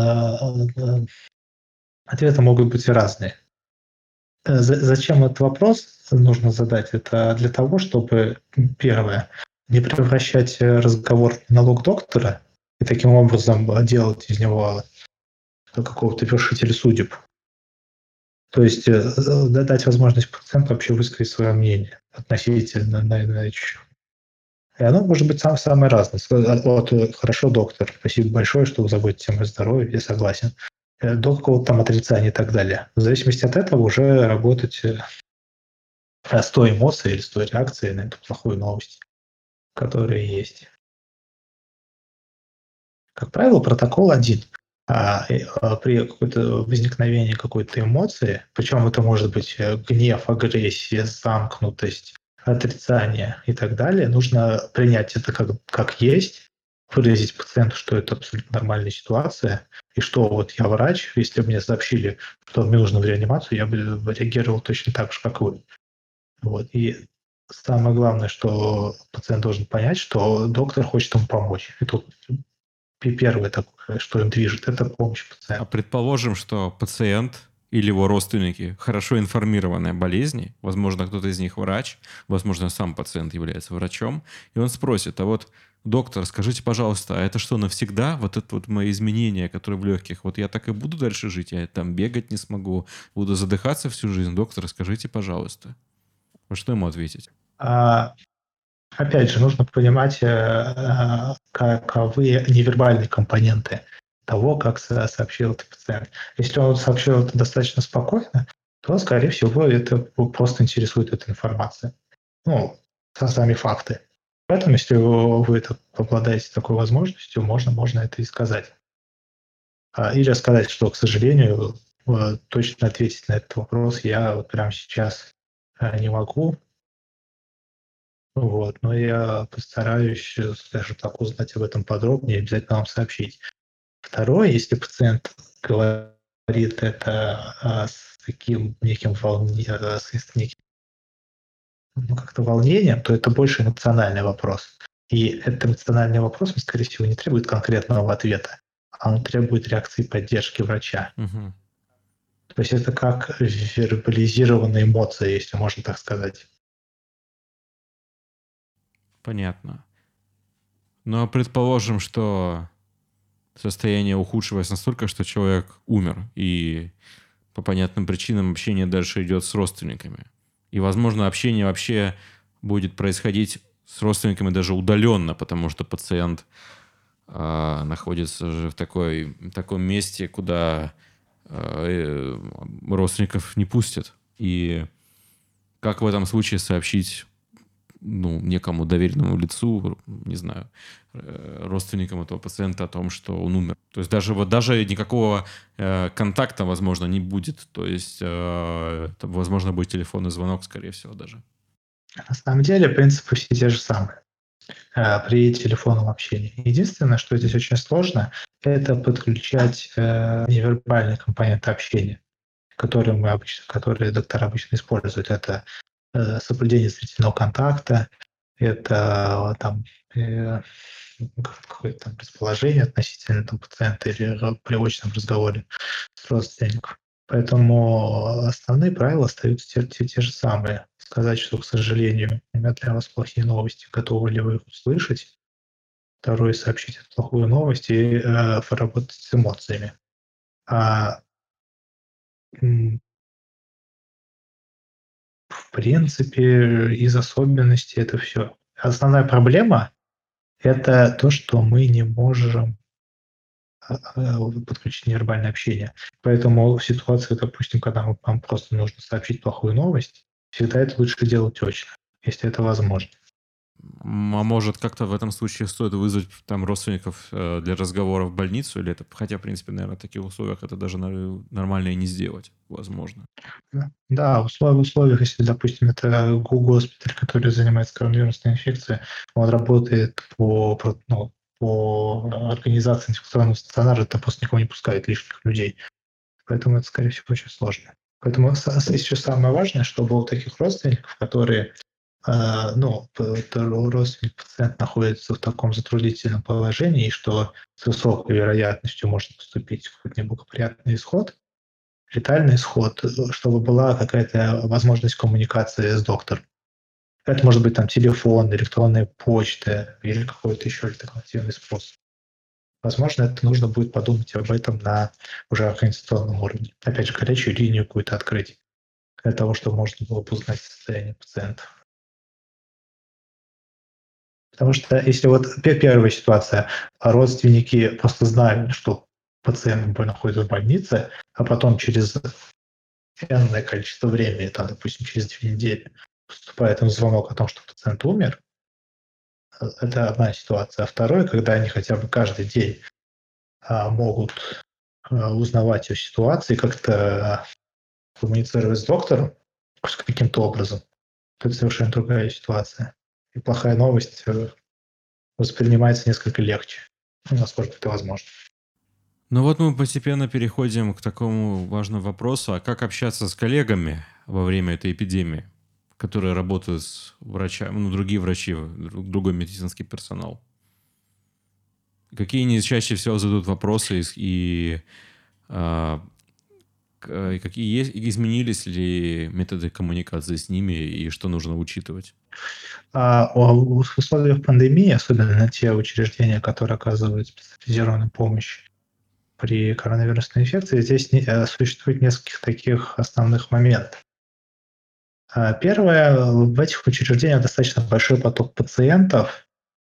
ответы могут быть разные. Зачем этот вопрос нужно задать? Это для того, чтобы, первое, не превращать разговор в монолог доктора и таким образом делать из него какого-то вершителя судеб. То есть дать возможность пациенту вообще высказать свое мнение относительно на это. И оно может быть самое разное. Хорошо, доктор, спасибо большое, что вы заботитесь о моем здоровье, я согласен. До какого-то отрицания и так далее. В зависимости от этого уже работать с той эмоцией или с той реакцией на эту плохую новость, которая есть. Как правило, протокол один. При каком-то возникновении какой-то эмоции, причем это может быть гнев, агрессия, замкнутость, отрицание и так далее, нужно принять это как есть, выразить пациенту, что это абсолютно нормальная ситуация, и что я врач, если бы мне сообщили, что мне нужно в реанимацию, я бы реагировал точно так же, как вы. И самое главное, что пациент должен понять, что доктор хочет ему помочь. И тут первое такое, что им движет, это помощь пациенту.
А предположим, что пациент или его родственники хорошо информированы о болезни, возможно, кто-то из них врач, возможно, сам пациент является врачом, и он спросит, доктор, скажите, пожалуйста, а это что, навсегда? Это мои изменения, которые в легких, я так и буду дальше жить, я бегать не смогу, буду задыхаться всю жизнь. Доктор, скажите, пожалуйста. Что ему ответить?
Опять же, нужно понимать, каковы невербальные компоненты того, как сообщил этот пациент. Если он сообщил это достаточно спокойно, то, скорее всего, это просто интересует эта информация. Сами факты. Поэтому, если вы обладаете такой возможностью, можно это и сказать. Или сказать, что, к сожалению, точно ответить на этот вопрос я прямо сейчас не могу. Но я постараюсь, скажем так, узнать об этом подробнее и обязательно вам сообщить. Второе, если пациент говорит это с таким неким волнением, как-то волнением, то это больше эмоциональный вопрос. И этот эмоциональный вопрос, скорее всего, не требует конкретного ответа, а он требует реакции поддержки врача.
Угу.
То есть это как вербализированная эмоция, если можно так сказать.
Понятно. Но предположим, что состояние ухудшилось настолько, что человек умер, и по понятным причинам общение дальше идет с родственниками. И, возможно, общение вообще будет происходить с родственниками даже удаленно, потому что пациент находится же в таком месте, куда родственников не пустят. И как в этом случае сообщить некому доверенному лицу, не знаю, родственникам этого пациента о том, что он умер. То есть даже никакого контакта, возможно, не будет. То есть, возможно, будет телефонный звонок, скорее всего, даже.
На самом деле принципы все те же самые. при телефонном общении. Единственное, что здесь очень сложно, это подключать невербальные компоненты общения, которые доктора обычно используют. Это соблюдение зрительного контакта, это там э, какое-то там расположение относительно там, пациента или при очном разговоре с родственником. Поэтому основные правила остаются те же самые. Сказать, что, к сожалению, у меня для вас плохие новости, готовы ли вы их услышать. Второе — сообщить эту плохую новость и поработать с эмоциями. А, м, в принципе, из особенностей это все. Основная проблема — это то, что мы не можем подключить невербальное общение. Поэтому в ситуации, допустим, когда вам просто нужно сообщить плохую новость, всегда это лучше делать очно, если это возможно.
А может, как-то в этом случае стоит вызвать там родственников для разговора в больницу, или это, хотя, в принципе, наверное, в таких условиях это даже нормально и не сделать, возможно.
Да, в условиях, если, допустим, это госпиталь, который занимается коронавирусной инфекцией, он работает по организации инфекционного стационара, это просто никого не пускает лишних людей. Поэтому это, скорее всего, очень сложно. Поэтому еще самое важное, чтобы у таких родственников, которые родственник пациент находится в таком затруднительном положении, и что с высокой вероятностью может поступить в какой-то неблагоприятный исход, летальный исход, чтобы была какая-то возможность коммуникации с доктором. Это может быть там телефон, электронная почта или какой-то еще альтернативный способ. Возможно, это нужно будет подумать об этом на уже организационном уровне. Опять же, горячую линию какую-то открыть для того, чтобы можно было бы узнать состояние пациента. Потому что если вот первая ситуация, родственники просто знают, что пациент находится в больнице, а потом через энное количество времени, там, допустим, через 2 недели, поступает им звонок о том, что пациент умер, это одна ситуация. А второе, когда они хотя бы каждый день могут узнавать о ситуации, как-то коммуницировать с доктором каким-то образом, это совершенно другая ситуация. И плохая новость воспринимается несколько легче, насколько это возможно.
Ну вот мы постепенно переходим к такому важному вопросу, а как общаться с коллегами во время этой эпидемии, которые работают с врачами, другие врачи, другой медицинский персонал? Какие они чаще всего задают вопросы какие изменились ли методы коммуникации с ними и что нужно учитывать?
В условиях пандемии, особенно на те учреждения, которые оказывают специализированную помощь при коронавирусной инфекции, здесь существует несколько таких основных моментов. Первое, в этих учреждениях достаточно большой поток пациентов,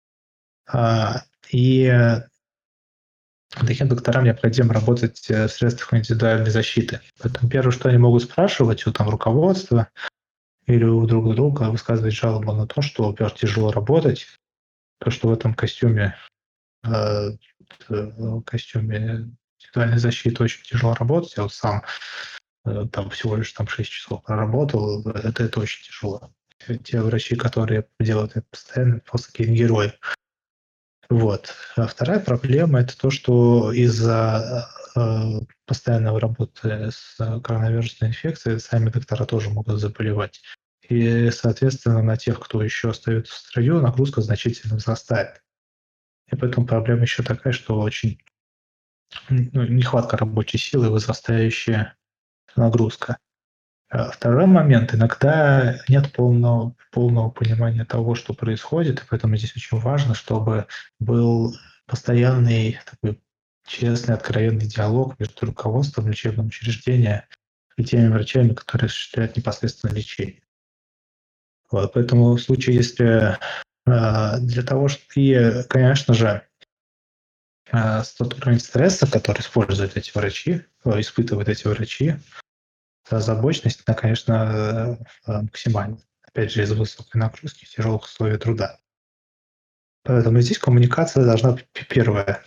и таким докторам необходимо работать в средствах индивидуальной защиты. Поэтому первое, что они могут спрашивать у руководства или у друг друга, высказывать жалобу на то, что, во-первых, тяжело работать, то, что в этом э, костюме индивидуальной защиты очень тяжело работать. Я вот сам там всего лишь 6 часов проработал, это очень тяжело. Те врачи, которые делают это постоянно, просто какие-то герои. Вот. А вторая проблема — это то, что из-за постоянной работы с коронавирусной инфекцией сами доктора тоже могут заболевать. И, соответственно, на тех, кто еще остается в строю, нагрузка значительно возрастает. И поэтому проблема еще такая, что очень нехватка рабочей силы, возрастающая нагрузка. Второй момент. Иногда нет полного понимания того, что происходит, и поэтому здесь очень важно, чтобы был постоянный такой честный, откровенный диалог между руководством лечебного учреждения и теми врачами, которые осуществляют непосредственно лечение. Вот, поэтому в случае, если для того, что и, конечно же, тот уровень стресса, который используют эти врачи, испытывают эти врачи, озабоченность, она, конечно, максимальна. Опять же, из-за высокой нагрузки, тяжелых условий труда. Поэтому здесь коммуникация должна быть первая.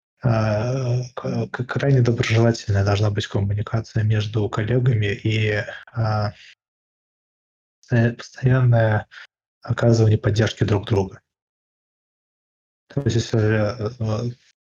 Крайне доброжелательная должна быть коммуникация между коллегами и постоянное оказывание поддержки друг друга. То есть, если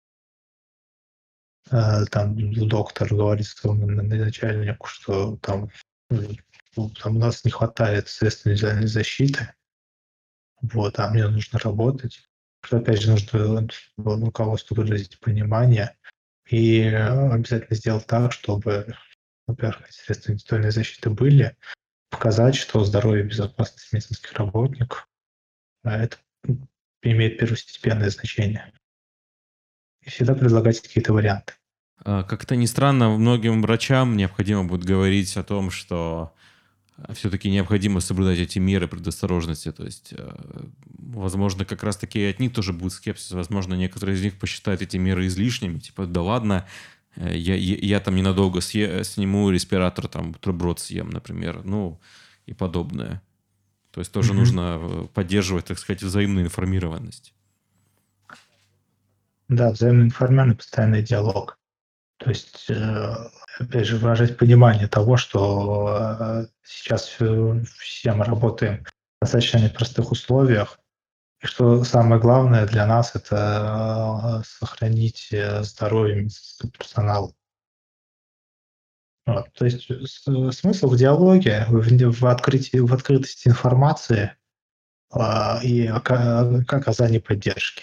там доктор говорит своему начальнику, что там у нас не хватает средств индивидуальной защиты, вот, а мне нужно работать, что, опять же, нужно руководству выразить понимание и обязательно сделать так, чтобы, во-первых, эти средства индивидуальной защиты были, показать, что здоровье и безопасность медицинских работников это имеет первостепенное значение. И всегда предлагать какие-то варианты.
Как-то ни странно, многим врачам необходимо будет говорить о том, что все-таки необходимо соблюдать эти меры предосторожности. То есть, возможно, как раз-таки от них тоже будет скепсис. Возможно, некоторые из них посчитают эти меры излишними. Типа, да ладно, я там ненадолго сниму респиратор, там, бутерброд съем, например. Ну, и подобное. То есть тоже нужно поддерживать, так сказать, взаимную информированность.
Да, взаимный информированный постоянный диалог. То есть, опять же, выражать понимание того, что сейчас все мы работаем в достаточно непростых условиях, и что самое главное для нас – это сохранить здоровье медицинского персонала. Вот. То есть смысл в диалоге, в открытости информации и оказании поддержки.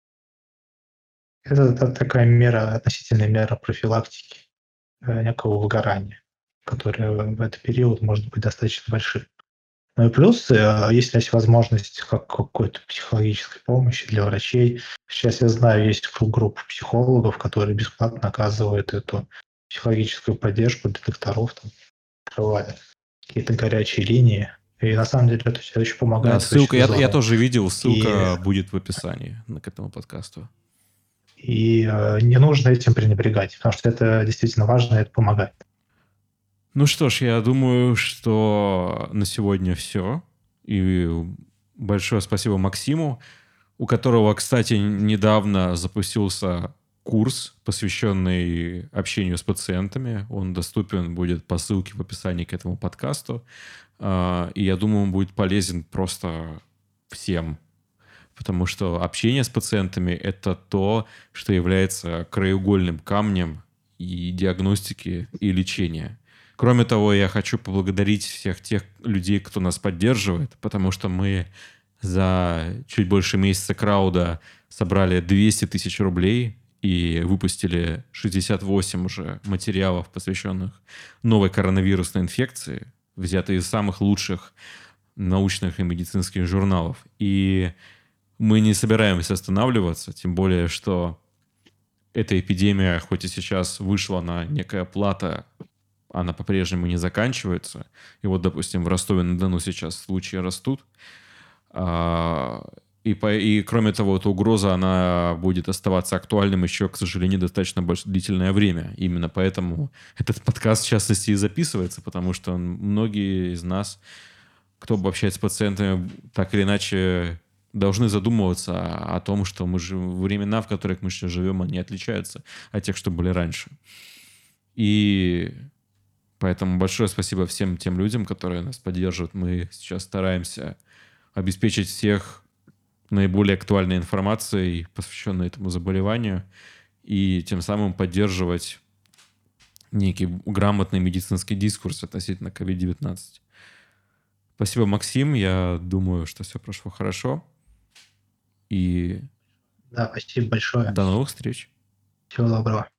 Это такая мера, относительная мера профилактики некого выгорания, которое в этот период может быть достаточно большим. Ну и плюс, если есть возможность какой-то психологической помощи для врачей. Сейчас я знаю, есть группа психологов, которые бесплатно оказывают эту психологическую поддержку для докторов, там, открывая какие-то горячие линии. И на самом деле это все очень
Да,
помогает.
ссылка,
очень
я
здорово.
тоже видел, ссылка
И
будет в описании к этому подкасту.
И не нужно этим пренебрегать, потому что это действительно важно, и это помогает.
Ну что ж, я думаю, что на сегодня все. И большое спасибо Максиму, у которого, кстати, недавно запустился курс, посвященный общению с пациентами. Он доступен будет по ссылке в описании к этому подкасту. И я думаю, он будет полезен просто всем. Потому что общение с пациентами – это то, что является краеугольным камнем и диагностики, и лечения. Кроме того, я хочу поблагодарить всех тех людей, кто нас поддерживает, потому что мы за чуть больше месяца крауда собрали 200 тысяч рублей и выпустили 68 уже материалов, посвященных новой коронавирусной инфекции, взятые из самых лучших научных и медицинских журналов. И мы не собираемся останавливаться, тем более, что эта эпидемия, хоть и сейчас вышла на некая плата, она по-прежнему не заканчивается. И вот, допустим, в Ростове-на-Дону сейчас случаи растут. И кроме того, эта угроза, она будет оставаться актуальным еще, к сожалению, достаточно длительное время. Именно поэтому этот подкаст, в частности, и записывается, потому что многие из нас, кто общается с пациентами, так или иначе должны задумываться о том, что времена, в которых мы сейчас живем, они отличаются от тех, что были раньше. И поэтому большое спасибо всем тем людям, которые нас поддерживают. Мы сейчас стараемся обеспечить всех наиболее актуальной информацией, посвященной этому заболеванию, и тем самым поддерживать некий грамотный медицинский дискурс относительно COVID-19. Спасибо, Максим. Я думаю, что все прошло хорошо. И
да, спасибо большое.
До новых встреч.
Всего доброго.